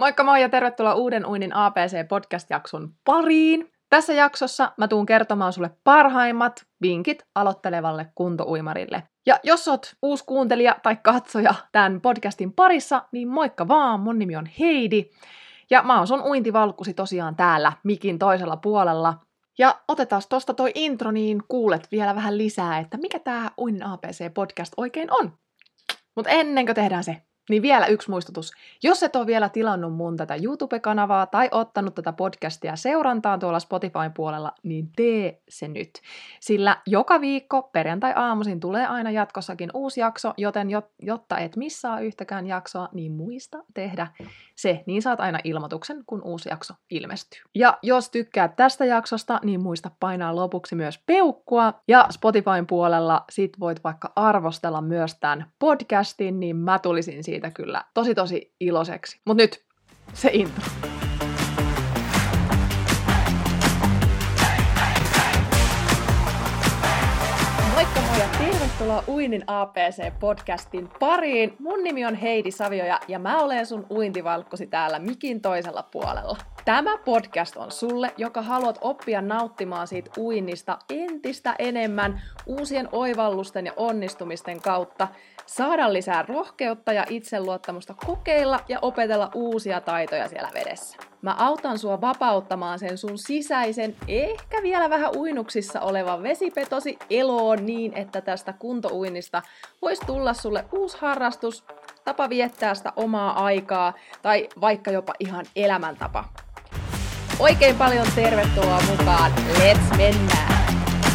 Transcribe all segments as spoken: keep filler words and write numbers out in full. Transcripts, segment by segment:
Moikka moi ja tervetuloa Uuden uinnin A B C-podcast-jakson pariin. Tässä jaksossa mä tuun kertomaan sulle parhaimmat vinkit aloittelevalle kuntouimarille. Ja jos oot uusi kuuntelija tai katsoja tämän podcastin parissa, niin moikka vaan, mun nimi on Heidi. Ja mä oon sun uintivalkkusi tosiaan täällä mikin toisella puolella. Ja otetaan tosta toi intro, niin kuulet vielä vähän lisää, että mikä tää Uinnin A B C-podcast oikein on. Mutta ennen kuin tehdään se, niin vielä yksi muistutus. Jos et ole vielä tilannut mun tätä YouTube-kanavaa tai ottanut tätä podcastia seurantaan tuolla Spotifyn puolella, niin tee se nyt. Sillä joka viikko perjantai-aamuisin tulee aina jatkossakin uusi jakso, joten jotta et missaa yhtäkään jaksoa, niin muista tehdä se. Niin saat aina ilmoituksen, kun uusi jakso ilmestyy. Ja jos tykkäät tästä jaksosta, niin muista painaa lopuksi myös peukkua. Ja Spotifyn puolella sit voit vaikka arvostella myös tämän podcastin, niin mä tulisin siitä kyllä tosi tosi iloiseksi. Mut nyt se intro. Moikka moi ja tervetuloa Uinnin A B C-podcastin pariin. Mun nimi on Heidi Savioja ja mä olen sun uintivalkkosi täällä mikin toisella puolella. Tämä podcast on sulle, joka haluat oppia nauttimaan siitä uinnista entistä enemmän uusien oivallusten ja onnistumisten kautta, saada lisää rohkeutta ja itseluottamusta kokeilla ja opetella uusia taitoja siellä vedessä. Mä autan sua vapauttamaan sen sun sisäisen, ehkä vielä vähän uinuksissa olevan vesipetosi eloon niin, että tästä kuntouinnista voisi tulla sulle uusi harrastus, tapa viettää sitä omaa aikaa tai vaikka jopa ihan elämäntapa. Oikein paljon tervetuloa mukaan, let's mennään!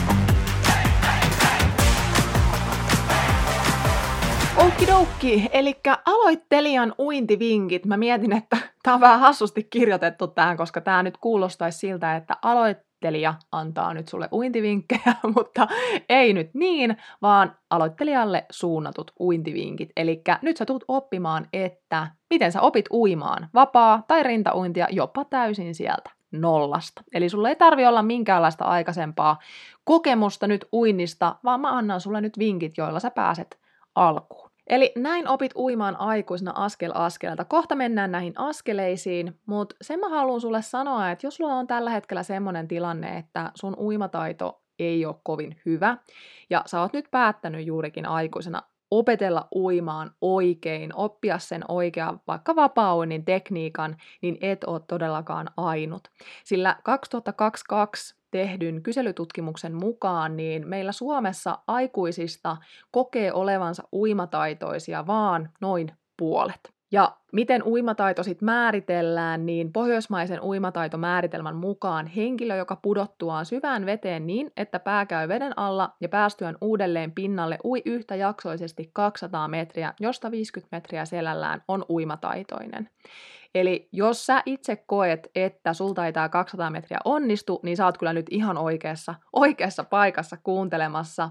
Okidoki, eli aloittelijan uintivinkit. Mä mietin, että tää on vähän hassusti kirjoitettu tähän, koska tää nyt kuulostaisi siltä, että aloittelija antaa nyt sulle uintivinkkejä, mutta ei nyt niin, vaan aloittelijalle suunnatut uintivinkit. Eli nyt sä tulet oppimaan, että miten sä opit uimaan vapaa- tai rintauintia jopa täysin sieltä nollasta. Eli sulla ei tarvi olla minkäänlaista aikaisempaa kokemusta nyt uinnista, vaan mä annan sulle nyt vinkit, joilla sä pääset alkuun. Eli näin opit uimaan aikuisena askel askeleelta. Kohta mennään näihin askeleisiin, mutta sen mä haluan sulle sanoa, että jos sulla on tällä hetkellä semmoinen tilanne, että sun uimataito ei ole kovin hyvä, ja sä oot nyt päättänyt juurikin aikuisena opetella uimaan oikein, oppia sen oikean vaikka vapaa-uinnin tekniikan, niin et ole todellakaan ainut. Sillä kaksituhattakaksikymmentäkaksi tehdyn kyselytutkimuksen mukaan, niin meillä Suomessa aikuisista kokee olevansa uimataitoisia vaan noin puolet. Ja miten uimataito sitten määritellään, niin pohjoismaisen uimataitomääritelmän mukaan henkilö, joka pudottuaan syvään veteen niin, että pää käy veden alla ja päästyään uudelleen pinnalle ui yhtäjaksoisesti kaksisataa metriä, josta viisikymmentä metriä selällään, on uimataitoinen. Eli jos sä itse koet, että sulta ei tää kaksisataa metriä onnistu, niin sä oot kyllä nyt ihan oikeassa, oikeassa paikassa kuuntelemassa.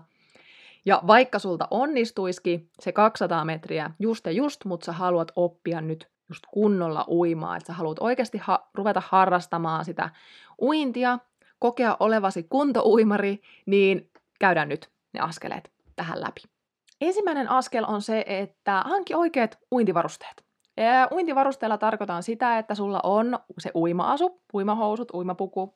Ja vaikka sulta onnistuisikin se kaksisataa metriä just ja just, mutta sä haluat oppia nyt just kunnolla uimaan, että sä haluat oikeasti ha- ruveta harrastamaan sitä uintia, kokea olevasi kuntouimari, niin käydään nyt ne askeleet tähän läpi. Ensimmäinen askel on se, että hanki oikeat uintivarusteet. Ja uintivarusteella tarkoitan sitä, että sulla on se uima-asu, uimahousut, uimapuku,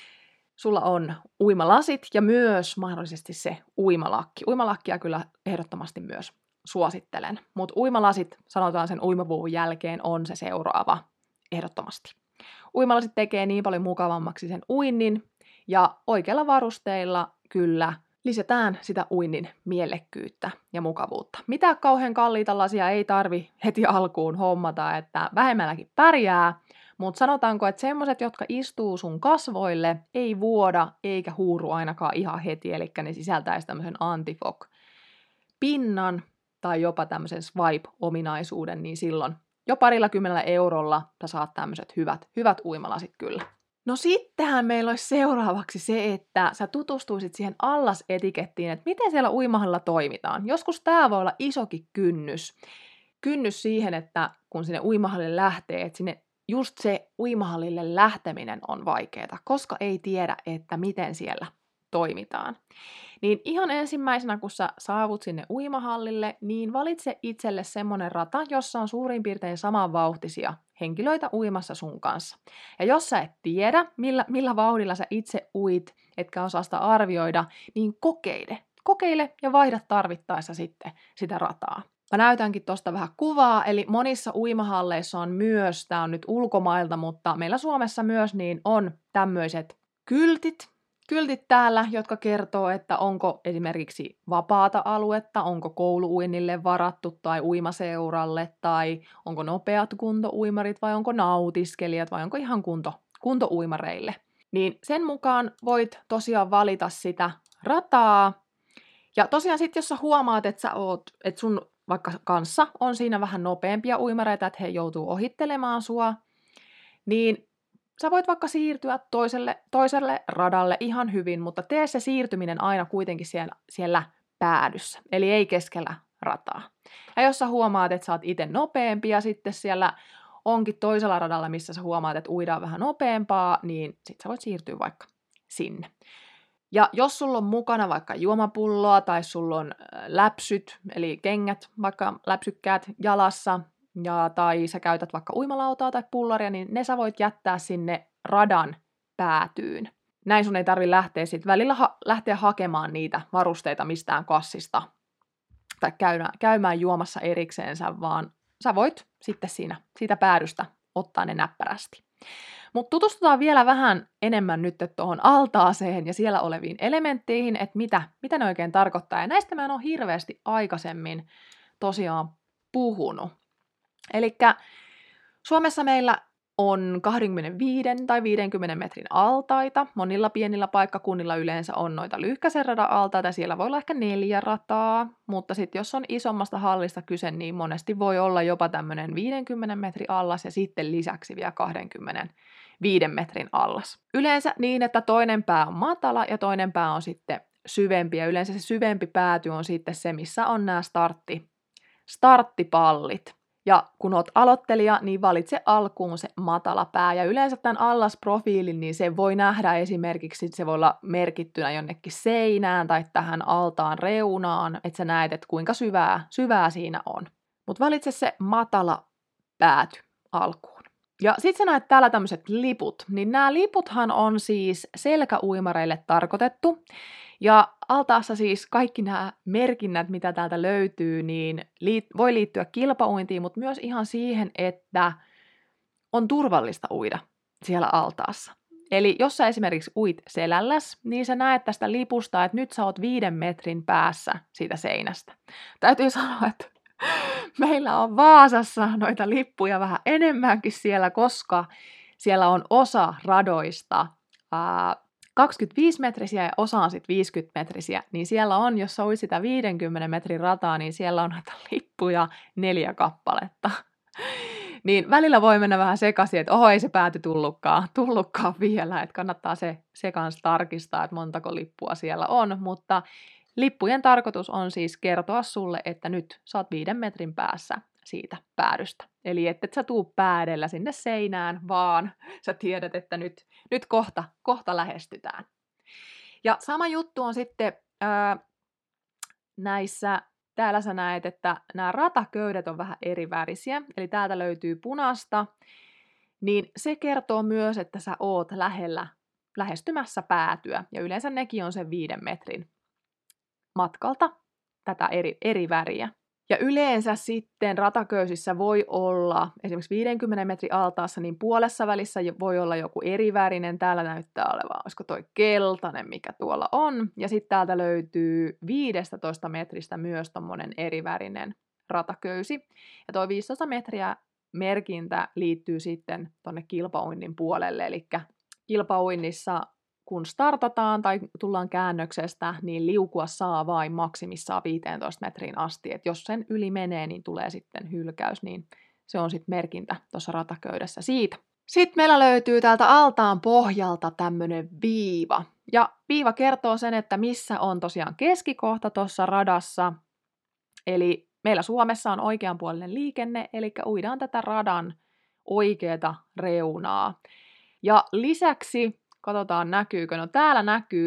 sulla on uimalasit ja myös mahdollisesti se uimalakki. Uimalakkia kyllä ehdottomasti myös suosittelen, mutta uimalasit, sanotaan sen uimapuvun jälkeen, on se seuraava ehdottomasti. Uimalasit tekee niin paljon mukavammaksi sen uinnin ja oikeilla varusteilla kyllä lisätään sitä uinnin mielekkyyttä ja mukavuutta. Mitä kauhean kalliita lasia ei tarvi heti alkuun hommata, että vähemmälläkin pärjää, mutta sanotaanko, että semmoiset, jotka istuu sun kasvoille, ei vuoda eikä huuru ainakaan ihan heti, eli ne sisältäisi tämmöisen antifog-pinnan tai jopa tämmöisen swipe-ominaisuuden, niin silloin jo parilla kymmenellä eurolla sä saat tämmöiset hyvät, hyvät uimalasit kyllä. No sittenhän meillä olisi seuraavaksi se, että sä tutustuisit siihen allasetikettiin, että miten siellä uimahalla toimitaan. Joskus tää voi olla isokin kynnys. Kynnys siihen, että kun sinne uimahallille lähtee, että sinne just se uimahallille lähteminen on vaikeaa, koska ei tiedä, että miten siellä toimitaan. Niin ihan ensimmäisenä, kun sä saavut sinne uimahallille, niin valitse itselle semmonen rata, jossa on suurin piirtein samanvauhtisia henkilöitä uimassa sun kanssa. Ja jos sä et tiedä, millä, millä vauhdilla sä itse uit, etkä osaa sitä arvioida, niin kokeile. Kokeile ja vaihda tarvittaessa sitten sitä rataa. Mä näytänkin tosta vähän kuvaa, eli monissa uimahalleissa on myös, tää on nyt ulkomailta, mutta meillä Suomessa myös, niin on tämmöiset kyltit, kyltit täällä, jotka kertoo, että onko esimerkiksi vapaata aluetta, onko kouluuinnille varattu tai uimaseuralle, tai onko nopeat kuntouimarit vai onko nautiskelijat vai onko ihan kunto, kuntouimareille. Niin sen mukaan voit tosiaan valita sitä rataa. Ja tosiaan sitten, jos sä huomaat, että sä oot, että sun vaikka kanssa on siinä vähän nopeampia uimareita, että he joutuu ohittelemaan sua, niin sä voit vaikka siirtyä toiselle, toiselle radalle ihan hyvin, mutta tee se siirtyminen aina kuitenkin siellä, siellä päädyssä, eli ei keskellä rataa. Ja jos sä huomaat, että sä oot itse nopeampi ja sitten siellä onkin toisella radalla, missä sä huomaat, että uidaan vähän nopeampaa, niin sit sä voit siirtyä vaikka sinne. Ja jos sulla on mukana vaikka juomapulloa tai sulla on läpsyt, eli kengät, vaikka läpsykkäät jalassa, ja, tai sä käytät vaikka uimalautaa tai pullaria, niin ne sä voit jättää sinne radan päätyyn. Näin sun ei tarvitse lähteä sit välillä ha- lähteä hakemaan niitä varusteita mistään kassista tai käymään, käymään juomassa erikseensä, vaan sä voit sitten siinä, siitä päädystä ottaa ne näppärästi. Mutta tutustutaan vielä vähän enemmän nyt tuohon altaaseen ja siellä oleviin elementteihin, että mitä, mitä ne oikein tarkoittaa. Ja näistä mä en ole hirveästi aikaisemmin tosiaan puhunut. Elikkä Suomessa meillä on kaksikymmentäviisi tai viidenkymmenen metrin altaita. Monilla pienillä paikkakunnilla yleensä on noita lyhkäisen radan altaita. Siellä voi olla ehkä neljä rataa, mutta sitten jos on isommasta hallista kyse, niin monesti voi olla jopa tämmöinen viidenkymmenen metrin allas ja sitten lisäksi vielä kaksikymmentäviisi metrin allas. Yleensä niin, että toinen pää on matala ja toinen pää on sitten syvempi. Ja yleensä se syvempi pääty on sitten se, missä on nämä startti, starttipallit. Ja kun oot aloittelija, niin valitse alkuun se matala pää. Ja yleensä tämän allasprofiilin, niin se voi nähdä esimerkiksi, se voi olla merkittynä jonnekin seinään tai tähän altaan reunaan, että sä näet, että kuinka syvää, syvää siinä on. Mutta valitse se matala pääty alkuun. Ja sitten sä näet täällä tämmöiset liput. Niin nämä liputhan on siis selkäuimareille tarkoitettu. Ja altaassa siis kaikki nämä merkinnät, mitä täältä löytyy, niin liit- voi liittyä kilpauintiin, mutta myös ihan siihen, että on turvallista uida siellä altaassa. Eli jos sä esimerkiksi uit selälläs, niin sä näet tästä lipusta, että nyt sä oot viiden metrin päässä siitä seinästä. Täytyy sanoa, että meillä on Vaasassa noita lippuja vähän enemmänkin siellä, koska siellä on osa radoista ää, kaksikymmentäviisi metrisiä ja osa on sitten viisikymmentä metrisiä, niin siellä on, jos soit sitä viidenkymmenen metrin rataa, niin siellä on näitä lippuja neljä kappaletta. Niin välillä voi mennä vähän sekaisin, että oho, ei se pääty tullutkaan, tullutkaan vielä, että kannattaa se, se kanssa tarkistaa, että montako lippua siellä on, mutta lippujen tarkoitus on siis kertoa sulle, että nyt sä oot viiden metrin päässä siitä päädystä. Eli että et sä tuu päädellä sinne seinään, vaan sä tiedät, että nyt, nyt kohta, kohta lähestytään. Ja sama juttu on sitten ää, näissä, täällä sä näet, että nämä rataköydet on vähän eri värisiä, eli täältä löytyy punaista, niin se kertoo myös, että sä oot lähellä, lähestymässä päätyä, ja yleensä nekin on sen viiden metrin matkalta tätä eri, eri väriä. Ja yleensä sitten rataköysissä voi olla, esimerkiksi viidenkymmenen metrin altaassa, niin puolessa välissä voi olla joku erivärinen. Täällä näyttää olevan, olisiko toi keltainen, mikä tuolla on. Ja sitten täältä löytyy viisitoista metristä myös tommonen erivärinen rataköysi. Ja toi viisitoista metriä merkintä liittyy sitten tonne kilpauinnin puolelle. Eli kilpauinnissa kun startataan tai tullaan käännöksestä, niin liukua saa vain maksimissaan viisitoista metriin asti. Et jos sen yli menee, niin tulee sitten hylkäys, niin se on sitten merkintä tuossa rataköydessä siitä. Sitten meillä löytyy täältä altaan pohjalta tämmöinen viiva. Ja viiva kertoo sen, että missä on tosiaan keskikohta tuossa radassa. Eli meillä Suomessa on oikeanpuolinen liikenne, eli uidaan tätä radan oikeata reunaa. Ja lisäksi katsotaan näkyykö. No täällä näkyy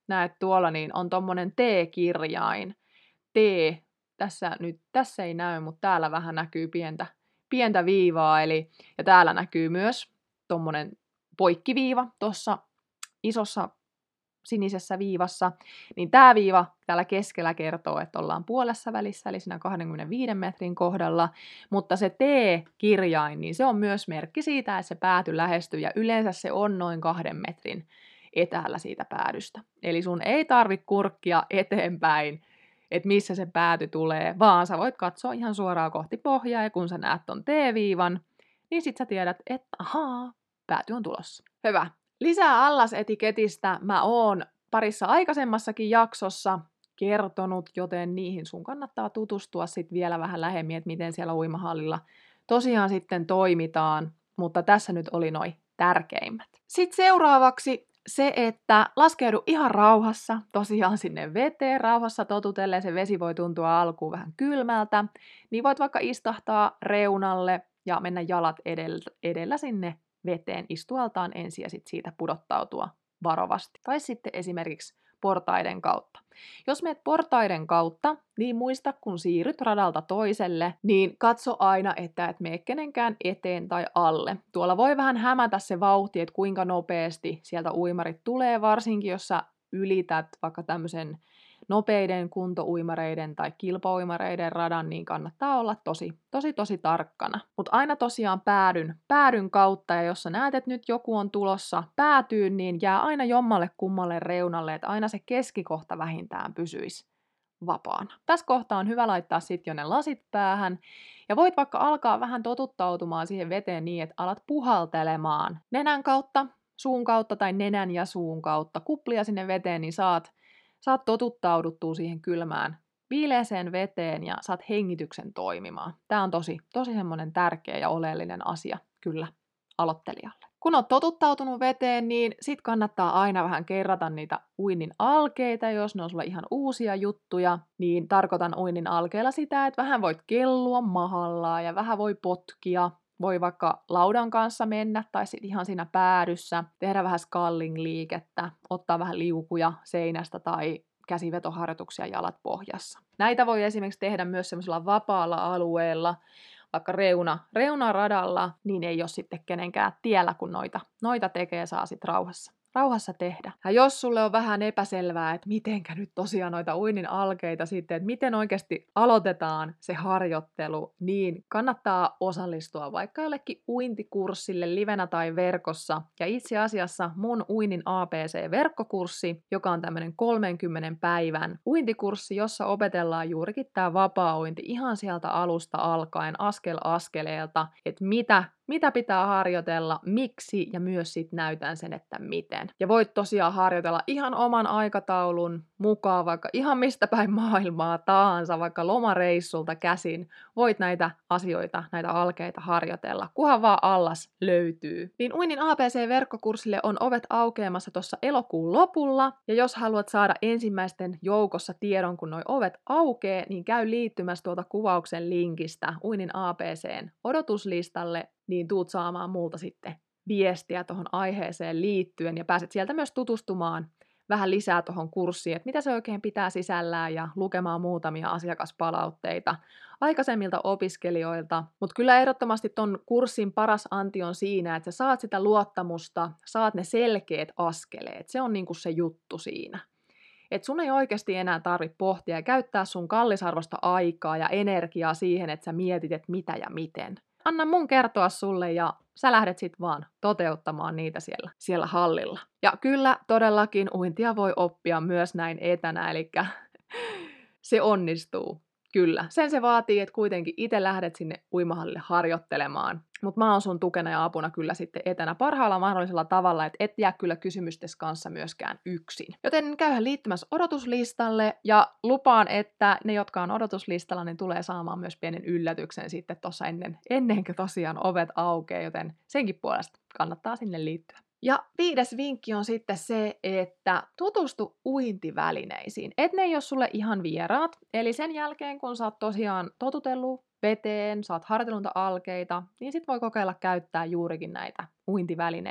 näet tuolla, niin on tommonen T-kirjain. T, tässä nyt, tässä ei näy, mutta täällä vähän näkyy pientä, pientä viivaa, eli, ja täällä näkyy myös tommonen poikkiviiva tuossa isossa sinisessä viivassa, niin tämä viiva täällä keskellä kertoo, että ollaan puolessa välissä, eli siinä kaksikymmentäviisi metrin kohdalla, mutta se T-kirjain, niin se on myös merkki siitä, että se pääty lähestyy, ja yleensä se on noin kahden metrin etäällä siitä päädystä. Eli sun ei tarvitse kurkkia eteenpäin, että missä se pääty tulee, vaan sä voit katsoa ihan suoraan kohti pohjaa, ja kun sä näet ton T-viivan, niin sit sä tiedät, että ahaa, pääty on tulossa. Hyvä. Lisää allasetiketistä mä oon parissa aikaisemmassakin jaksossa kertonut, joten niihin sun kannattaa tutustua sit vielä vähän lähemmin, että miten siellä uimahallilla tosiaan sitten toimitaan, mutta tässä nyt oli noi tärkeimmät. Sitten seuraavaksi se, että laskeudu ihan rauhassa, tosiaan sinne veteen rauhassa totutellen, se vesi voi tuntua alkuun vähän kylmältä, niin voit vaikka istahtaa reunalle ja mennä jalat edellä, edellä sinne veteen istualtaan ensin ja sitten siitä pudottautua varovasti. Tai sitten esimerkiksi portaiden kautta. Jos menet portaiden kautta, niin muista, kun siirryt radalta toiselle, niin katso aina, että et mene kenenkään eteen tai alle. Tuolla voi vähän hämätä se vauhti, että kuinka nopeasti sieltä uimarit tulee, varsinkin jos sä ylität vaikka tämmöisen nopeiden kuntouimareiden tai kilpauimareiden radan, niin kannattaa olla tosi, tosi, tosi tarkkana. Mutta aina tosiaan päädyn, päädyn kautta, ja jos sä näet, että nyt joku on tulossa päätyyn, niin jää aina jommalle kummalle reunalle, että aina se keskikohta vähintään pysyisi vapaana. Tässä kohtaa on hyvä laittaa sitten jo ne lasit päähän, ja voit vaikka alkaa vähän totuttautumaan siihen veteen niin, että alat puhaltelemaan nenän kautta, suun kautta tai nenän ja suun kautta kuplia sinne veteen, niin saat Saat totuttauduttua siihen kylmään viileeseen veteen ja saat hengityksen toimimaan. Tämä on tosi, tosi semmoinen tärkeä ja oleellinen asia kyllä aloittelijalle. Kun olet totuttautunut veteen, niin sit kannattaa aina vähän kerrata niitä uinnin alkeita, jos ne on sulle ihan uusia juttuja, niin tarkoitan uinnin alkeella sitä, että vähän voit kellua mahallaan ja vähän voi potkia. Voi vaikka laudan kanssa mennä tai sitten ihan siinä päädyssä, tehdä vähän sculling-liikettä, ottaa vähän liukuja seinästä tai käsivetoharjoituksia jalat pohjassa. Näitä voi esimerkiksi tehdä myös semmoisella vapaalla alueella, vaikka reuna, reunaradalla, niin ei ole sitten kenenkään tiellä, kun noita, noita tekee, saa sitten rauhassa. rauhassa tehdä. Ja jos sulle on vähän epäselvää, että mitenkä nyt tosiaan noita uinnin alkeita sitten, että miten oikeasti aloitetaan se harjoittelu, niin kannattaa osallistua vaikka jollekin uintikurssille livenä tai verkossa. Ja itse asiassa mun uinnin A B C-verkkokurssi, joka on tämmöinen kolmenkymmenen päivän uintikurssi, jossa opetellaan juurikin tämä vapaa-uinti ihan sieltä alusta alkaen, askel askeleelta, että mitä Mitä pitää harjoitella, miksi, ja myös sit näytän sen, että miten. Ja voit tosiaan harjoitella ihan oman aikataulun mukaan, vaikka ihan mistä päin maailmaa tahansa, vaikka lomareissulta käsin. Voit näitä asioita, näitä alkeita harjoitella, kunhan vaan allas löytyy. Niin uinnin A B C-verkkokurssille on ovet aukeamassa tuossa elokuun lopulla, ja jos haluat saada ensimmäisten joukossa tiedon, kun noi ovet aukee, niin käy liittymässä tuolta kuvauksen linkistä uinnin A B C:n odotuslistalle, niin tuut saamaan multa sitten viestiä tuohon aiheeseen liittyen ja pääset sieltä myös tutustumaan vähän lisää tuohon kurssiin, että mitä se oikein pitää sisällään ja lukemaan muutamia asiakaspalautteita aikaisemmilta opiskelijoilta. Mutta kyllä ehdottomasti ton kurssin paras anti on siinä, että sä saat sitä luottamusta, saat ne selkeät askeleet. Se on niinku se juttu siinä. Että sun ei oikeasti enää tarvitse pohtia ja käyttää sun kallisarvosta aikaa ja energiaa siihen, että sä mietit, että mitä ja miten. Anna mun kertoa sulle ja sä lähdet sit vaan toteuttamaan niitä siellä, siellä hallilla. Ja kyllä todellakin uintia voi oppia myös näin etänä, eli se onnistuu. Kyllä. Sen se vaatii, että kuitenkin itse lähdet sinne uimahallille harjoittelemaan. Mutta mä oon sun tukena ja apuna kyllä sitten etänä parhaalla mahdollisella tavalla, että et jää kyllä kysymystes kanssa myöskään yksin. Joten käyhän liittymässä odotuslistalle ja lupaan, että ne, jotka on odotuslistalla, niin tulee saamaan myös pienen yllätyksen sitten tuossa ennen, ennen kuin tosiaan ovet aukeaa, joten senkin puolesta kannattaa sinne liittyä. Ja viides vinkki on sitten se, että tutustu uintivälineisiin. Et ne ei ole sulle ihan vieraat, eli sen jälkeen kun sä oot tosiaan totutellut veteen, saat harjoitellut alkeita, niin sit voi kokeilla käyttää juurikin näitä uintivälineitä.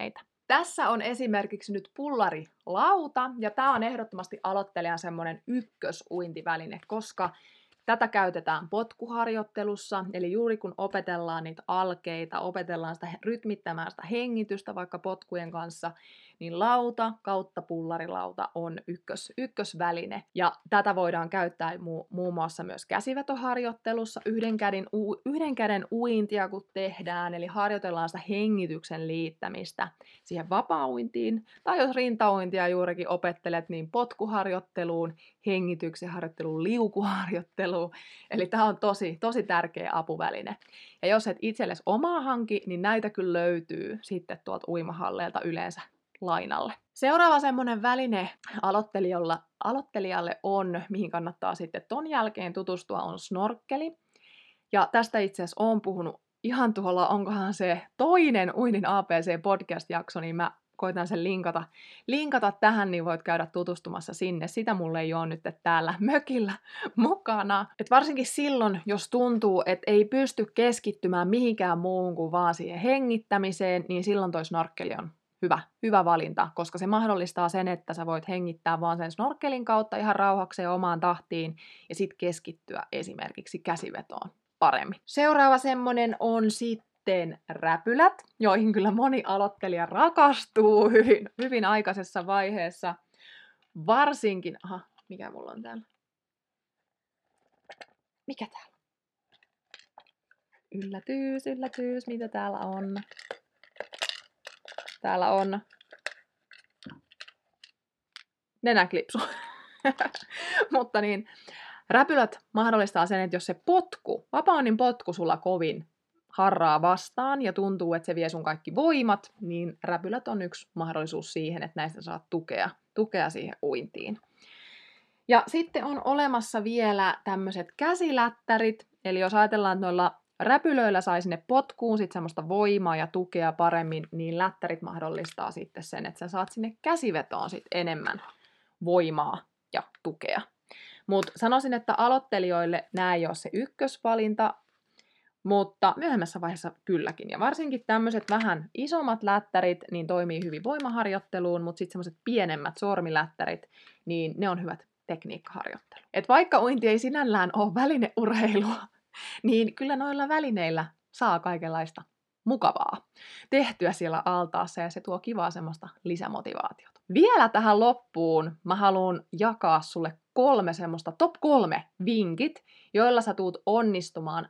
Tässä on esimerkiksi nyt pullarilauta, ja tämä on ehdottomasti aloittelijan semmoinen ykkösuintiväline, koska tätä käytetään potkuharjoittelussa, eli juuri kun opetellaan niitä alkeita, opetellaan sitä rytmittämään sitä hengitystä vaikka potkujen kanssa, niin lauta kautta pullarilauta on ykkös, ykkösväline. Ja tätä voidaan käyttää muu, muun muassa myös käsivetoharjoittelussa, yhden käden, u, yhden käden uintia kun tehdään, eli harjoitellaan sitä hengityksen liittämistä siihen vapaa-uintiin, tai jos rintauintia juurikin opettelet, niin potkuharjoitteluun, hengityksen harjoitteluun, liukuharjoitteluun. Eli tämä on tosi, tosi tärkeä apuväline. Ja jos et itsellesi omaa hanki, niin näitä kyllä löytyy sitten tuolta uimahalleilta yleensä lainalle. Seuraava semmoinen väline aloittelijalle, aloittelijalle on, mihin kannattaa sitten ton jälkeen tutustua, on snorkkeli. Ja tästä itse asiassa olen puhunut ihan tuolla, onkohan se toinen Uinnin A B C-podcast-jakso, niin mä koitan sen linkata, linkata tähän, niin voit käydä tutustumassa sinne. Sitä mulle ei ole nyt täällä mökillä mukana. Et varsinkin silloin, jos tuntuu, että ei pysty keskittymään mihinkään muuhun kuin vaan siihen hengittämiseen, niin silloin toi snorkkeli on hyvä, hyvä valinta, koska se mahdollistaa sen, että sä voit hengittää vaan sen snorkkelin kautta ihan rauhakseen omaan tahtiin ja sitten keskittyä esimerkiksi käsivetoon paremmin. Seuraava semmonen on sitten räpylät, joihin kyllä moni aloittelija rakastuu hyvin, hyvin aikaisessa vaiheessa. Varsinkin, aha, mikä mulla on täällä? Mikä täällä? Yllätys, yllätys, mitä täällä on? Täällä on nenäklipsu. Mutta niin, räpylät mahdollistaa sen, että jos se potku, vapaa-uinnin potku sulla kovin harraa vastaan ja tuntuu, että se vie sun kaikki voimat, niin räpylät on yksi mahdollisuus siihen, että näistä saat tukea, tukea siihen uintiin. Ja sitten on olemassa vielä tämmöiset käsilättärit, eli jos ajatellaan, että noilla räpylöillä sai sinne potkuun sit semmoista voimaa ja tukea paremmin, niin lättärit mahdollistaa sitten sen, että sä saat sinne käsivetoon sit enemmän voimaa ja tukea. Mutta sanoisin, että aloittelijoille nämä ei ole se ykkösvalinta, mutta myöhemmässä vaiheessa kylläkin. Ja varsinkin tämmöiset vähän isommat lättärit niin toimii hyvin voimaharjoitteluun, mutta sitten semmoiset pienemmät sormilättärit, niin ne on hyvät tekniikkaharjoittelu. Et vaikka uinti ei sinällään ole välineurheilua, niin kyllä noilla välineillä saa kaikenlaista mukavaa tehtyä siellä altaassa ja se tuo kivaa semmoista lisämotivaatiota. Vielä tähän loppuun mä haluan jakaa sulle kolme semmoista top kolme vinkit, joilla sä tuut onnistumaan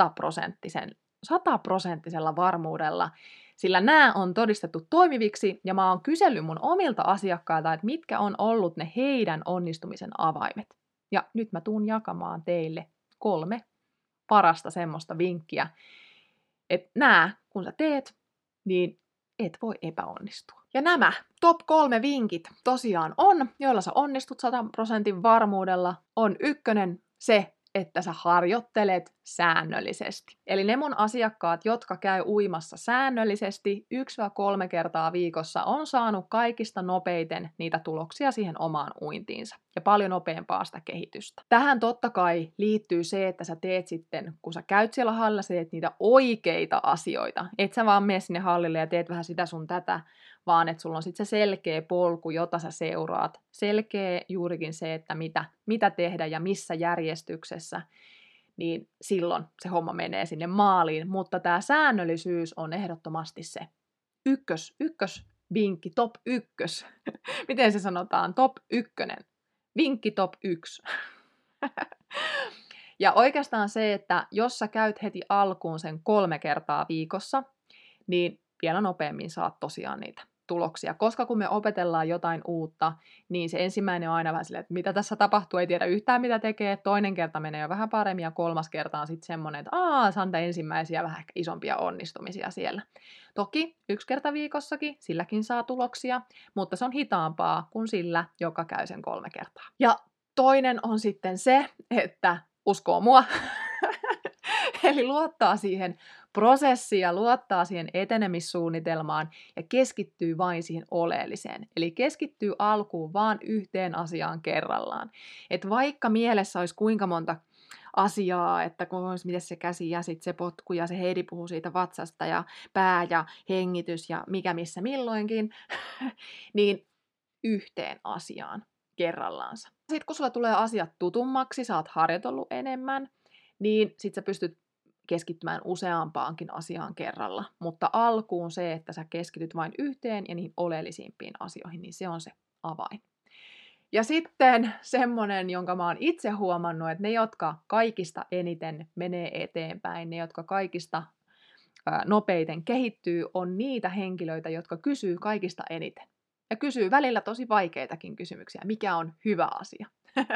sataprosenttisella varmuudella, sillä nämä on todistettu toimiviksi ja mä oon kysellyt mun omilta asiakkailta, että mitkä on ollut ne heidän onnistumisen avaimet. Ja nyt mä tuun jakamaan teille kolme parasta semmoista vinkkiä, että nää, kun sä teet, niin et voi epäonnistua. Ja nämä top kolme vinkit tosiaan on, joilla sä onnistut sata prosentin varmuudella, on ykkönen se, että sä harjoittelet säännöllisesti. Eli ne mun asiakkaat, jotka käy uimassa säännöllisesti yksi kolme kertaa viikossa, on saanut kaikista nopeiten niitä tuloksia siihen omaan uintiinsa ja paljon nopeampaa sitä kehitystä. Tähän totta kai liittyy se, että sä teet sitten, kun sä käyt siellä hallilla, sä teet niitä oikeita asioita. Et sä vaan mene sinne hallille ja teet vähän sitä sun tätä, vaan että sulla on sitten se selkeä polku, jota sä seuraat. Selkeä juurikin se, että mitä, mitä tehdä ja missä järjestyksessä, niin silloin se homma menee sinne maaliin. Mutta tämä säännöllisyys on ehdottomasti se ykkös, ykkös vinkki, top ykkös. Miten se sanotaan? Top ykkönen. Vinkki top yksi. Ja oikeastaan se, että jos sä käyt heti alkuun sen kolme kertaa viikossa, niin vielä nopeammin saat tosiaan niitä tuloksia. Koska kun me opetellaan jotain uutta, niin se ensimmäinen on aina vähän silleen, että mitä tässä tapahtuu, ei tiedä yhtään mitä tekee. Toinen kerta menee jo vähän paremmin ja kolmas kerta on sitten semmoinen, että aah, saan ensimmäisiä vähän ehkä isompia onnistumisia siellä. Toki yksi kerta viikossakin, silläkin saa tuloksia, mutta se on hitaampaa kuin sillä, joka käy sen kolme kertaa. Ja toinen on sitten se, että uskoo mua, eli luottaa siihen prosessiin ja luottaa siihen etenemissuunnitelmaan ja keskittyy vain siihen oleelliseen. Eli keskittyy alkuun vaan yhteen asiaan kerrallaan. Et vaikka mielessä olisi kuinka monta asiaa, että kun, miten se käsi ja sitten se potku ja se Heidi puhuu siitä vatsasta ja pää ja hengitys ja mikä missä milloinkin, niin yhteen asiaan kerrallaansa. Sitten kun sulla tulee asiat tutummaksi, sä oot harjoitellut enemmän, niin sit sä pystyt keskittymään useampaankin asiaan kerralla. Mutta alkuun se, että sä keskityt vain yhteen ja niihin oleellisimpiin asioihin, niin se on se avain. Ja sitten semmonen, jonka mä oon itse huomannut, että ne, jotka kaikista eniten menee eteenpäin, ne, jotka kaikista ää, nopeiten kehittyy, on niitä henkilöitä, jotka kysyy kaikista eniten. Ja kysyy välillä tosi vaikeitakin kysymyksiä, mikä on hyvä asia.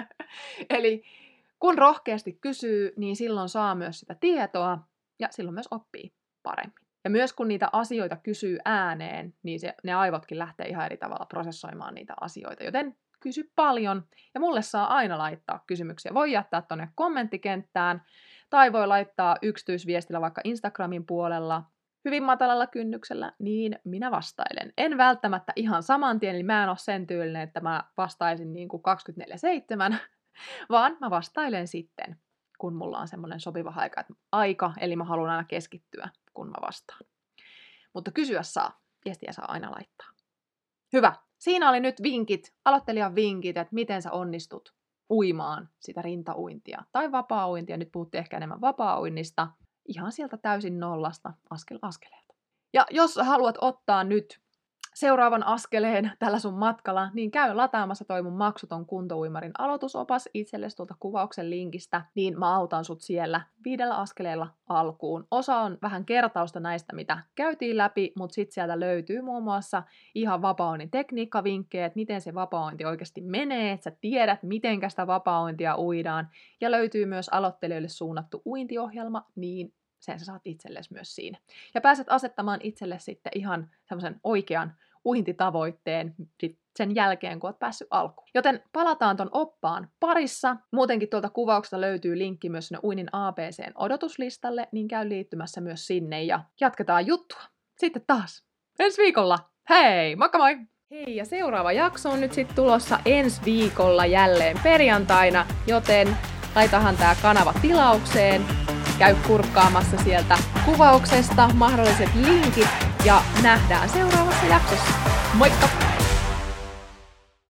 Eli kun rohkeasti kysyy, niin silloin saa myös sitä tietoa ja silloin myös oppii paremmin. Ja myös kun niitä asioita kysyy ääneen, niin se, ne aivotkin lähtee ihan eri tavalla prosessoimaan niitä asioita. Joten kysy paljon ja mulle saa aina laittaa kysymyksiä. Voi jättää tuonne kommenttikenttään tai voi laittaa yksityisviestillä vaikka Instagramin puolella hyvin matalalla kynnyksellä, niin minä vastailen. En välttämättä ihan saman tien, eli mä en ole sen tyylinen, että mä vastaisin niin kuin kaksikymmentäneljä seitsemän, vaan mä vastailen sitten, kun mulla on semmoinen sopiva aika, aika, eli mä haluan aina keskittyä, kun mä vastaan. Mutta kysyä saa, viestiä saa aina laittaa. Hyvä. Siinä oli nyt vinkit, aloittelijan vinkit, että miten sä onnistut uimaan sitä rintauintia tai vapaa-uintia. Nyt puhuttiin ehkä enemmän vapaa-uinnista. Ihan sieltä täysin nollasta askel askeleelta. Ja jos haluat ottaa nyt seuraavan askeleen tällä sun matkalla, niin käy lataamassa toi mun maksuton kuntouimarin aloitusopas itsellesi tuolta kuvauksen linkistä, niin mä autan sut siellä viidellä askeleella alkuun. Osa on vähän kertausta näistä, mitä käytiin läpi, mutta sit sieltä löytyy muun muassa ihan vapaa-uinnin tekniikkavinkkejä, että miten se vapaa-uinti oikeasti menee, että sä tiedät, mitenkä sitä vapaa-uintia uidaan, ja löytyy myös aloittelijoille suunnattu uintiohjelma, niin sen sä saat itsellesi myös siinä. Ja pääset asettamaan itselle sitten ihan semmoisen oikean uintitavoitteen sen jälkeen, kun oot päässyt alkuun. Joten palataan ton oppaan parissa. Muutenkin tuolta kuvauksesta löytyy linkki myös sinne Uinnin A B C:n odotuslistalle, niin käy liittymässä myös sinne ja jatketaan juttua. Sitten taas ensi viikolla. Hei, moikka moi! Hei, ja seuraava jakso on nyt sitten tulossa ensi viikolla jälleen perjantaina, joten laitahan tää kanava tilaukseen. Käy kurkkaamassa sieltä kuvauksesta mahdolliset linkit ja nähdään seuraavassa jaksossa. Moikka!